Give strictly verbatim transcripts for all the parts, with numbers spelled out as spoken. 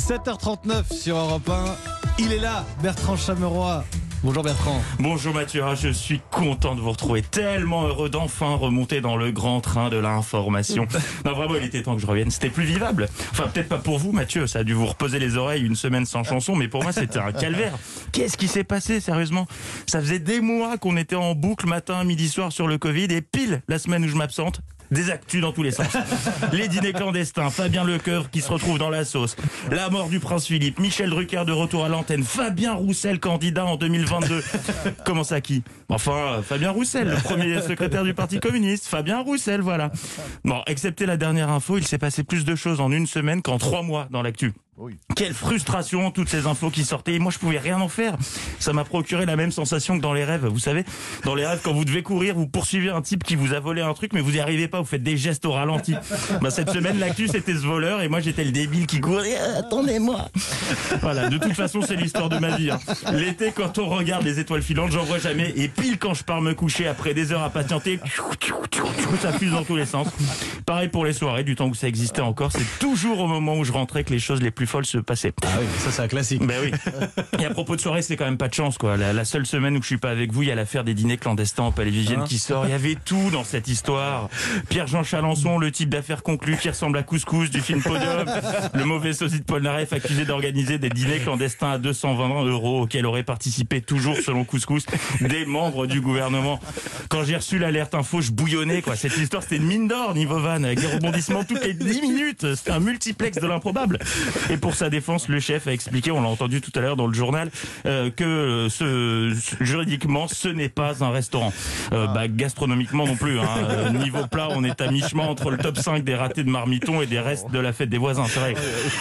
sept heures trente-neuf sur Europe un. Il est là, Bertrand Chameroy. Bonjour Bertrand. Bonjour Mathieu, ah, je suis content de vous retrouver, tellement heureux d'enfin remonter dans le grand train de l'information. Non vraiment, il était temps que je revienne, c'était plus vivable. Enfin peut-être pas pour vous Mathieu, ça a dû vous reposer les oreilles une semaine sans chanson, mais pour moi c'était un calvaire. Qu'est-ce qui s'est passé sérieusement? Ça faisait des mois qu'on était en boucle matin, midi, soir sur le Covid, et pile la semaine où je m'absente, des actus dans tous les sens. Les dîners clandestins, Fabien Lecoeuvre qui se retrouve dans la sauce, la mort du prince Philippe, Michel Drucker de retour à l'antenne, Fabien Roussel candidat en deux mille vingt-deux. Comment ça qui? Enfin, Fabien Roussel, le premier secrétaire du Parti communiste. Fabien Roussel, voilà. Bon, excepté la dernière info, il s'est passé plus de choses en une semaine qu'en trois mois dans l'actu. Oui. Quelle frustration, toutes ces infos qui sortaient, et moi je pouvais rien en faire. Ça m'a procuré la même sensation que dans les rêves, vous savez. Dans les rêves, quand vous devez courir, vous poursuivez un type qui vous a volé un truc, mais vous n'y arrivez pas, vous faites des gestes au ralenti. Bah, cette semaine, l'actu c'était ce voleur, et moi j'étais le débile qui courait, ah, attendez-moi. Voilà, de toute façon c'est l'histoire de ma vie. Hein. L'été, quand on regarde les étoiles filantes, j'en vois jamais, et pile quand je pars me coucher après des heures à patienter, ça fuse dans tous les sens. Pareil pour les soirées, du temps où ça existait encore, c'est toujours au moment où je rentrais que les choses les plus folles se passaient. Ah oui, ça c'est un classique. Ben oui. Et à propos de soirée, c'est quand même pas de chance quoi. La, la seule semaine où je suis pas avec vous, il y a l'affaire des dîners clandestins au Palais Vivienne hein qui sort. Il y avait tout dans cette histoire. Pierre-Jean Chalençon, le type d'affaires conclu qui ressemble à Couscous du film Podium, le mauvais sosie de Paul Naref accusé d'organiser des dîners clandestins à deux cent vingt euros auxquels auraient participé toujours selon Couscous des membres du gouvernement. Quand j'ai reçu l'alerte info, je bouillonnais quoi. Cette histoire c'était une mine d'or niveau van avec des rebondissements toutes les dix minutes. C'était un multiplex de l'improbable. Et pour sa défense, le chef a expliqué, on l'a entendu tout à l'heure dans le journal, euh, que ce, juridiquement, ce n'est pas un restaurant. Euh, bah, gastronomiquement non plus. Hein. Euh, niveau plat, on est à mi-chemin entre le top cinq des ratés de Marmiton et des restes de la fête des voisins. C'est vrai.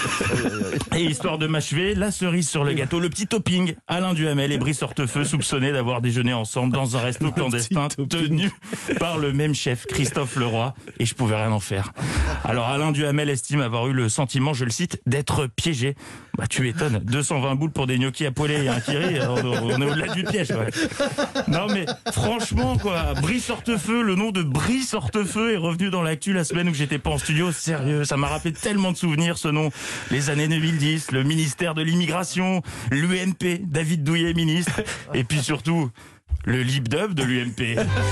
Et histoire de m'achever, la cerise sur le gâteau, le petit topping. Alain Duhamel et Brice Hortefeux soupçonnés d'avoir déjeuné ensemble dans un resto clandestin tenu par le même chef, Christophe Leroy. Et je pouvais rien en faire. Alors Alain Duhamel estime avoir eu le sentiment, je le cite, d'être piégé. Bah tu m'étonnes, deux cent vingt boules pour des gnocchis à poêler et un kiri, on, on est au-delà du piège. Ouais. Non mais franchement quoi, Brice Hortefeux, le nom de Brice Hortefeux est revenu dans l'actu la semaine où j'étais pas en studio. Sérieux, ça m'a rappelé tellement de souvenirs ce nom. Les années deux mille dix, le ministère de l'immigration, l'U M P, David Douillet ministre, et puis surtout le lip-dub de l'U M P.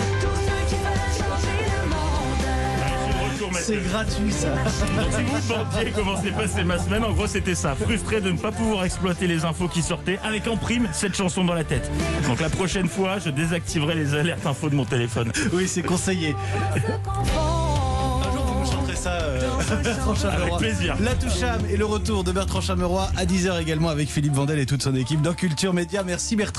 C'est gratuit ça. Donc si vous me demandiez comment s'est passée ma semaine, en gros c'était ça, frustré de ne pas pouvoir exploiter les infos qui sortaient, avec en prime cette chanson dans la tête. Donc la prochaine fois, je désactiverai les alertes infos de mon téléphone. Oui, c'est conseillé. Un jour vous me chanterez ça, euh, Bertrand Chameroy. Avec plaisir. La Toucham et le retour de Bertrand Chameroy à dix heures également avec Philippe Vandel et toute son équipe dans Culture Média. Merci Bertrand.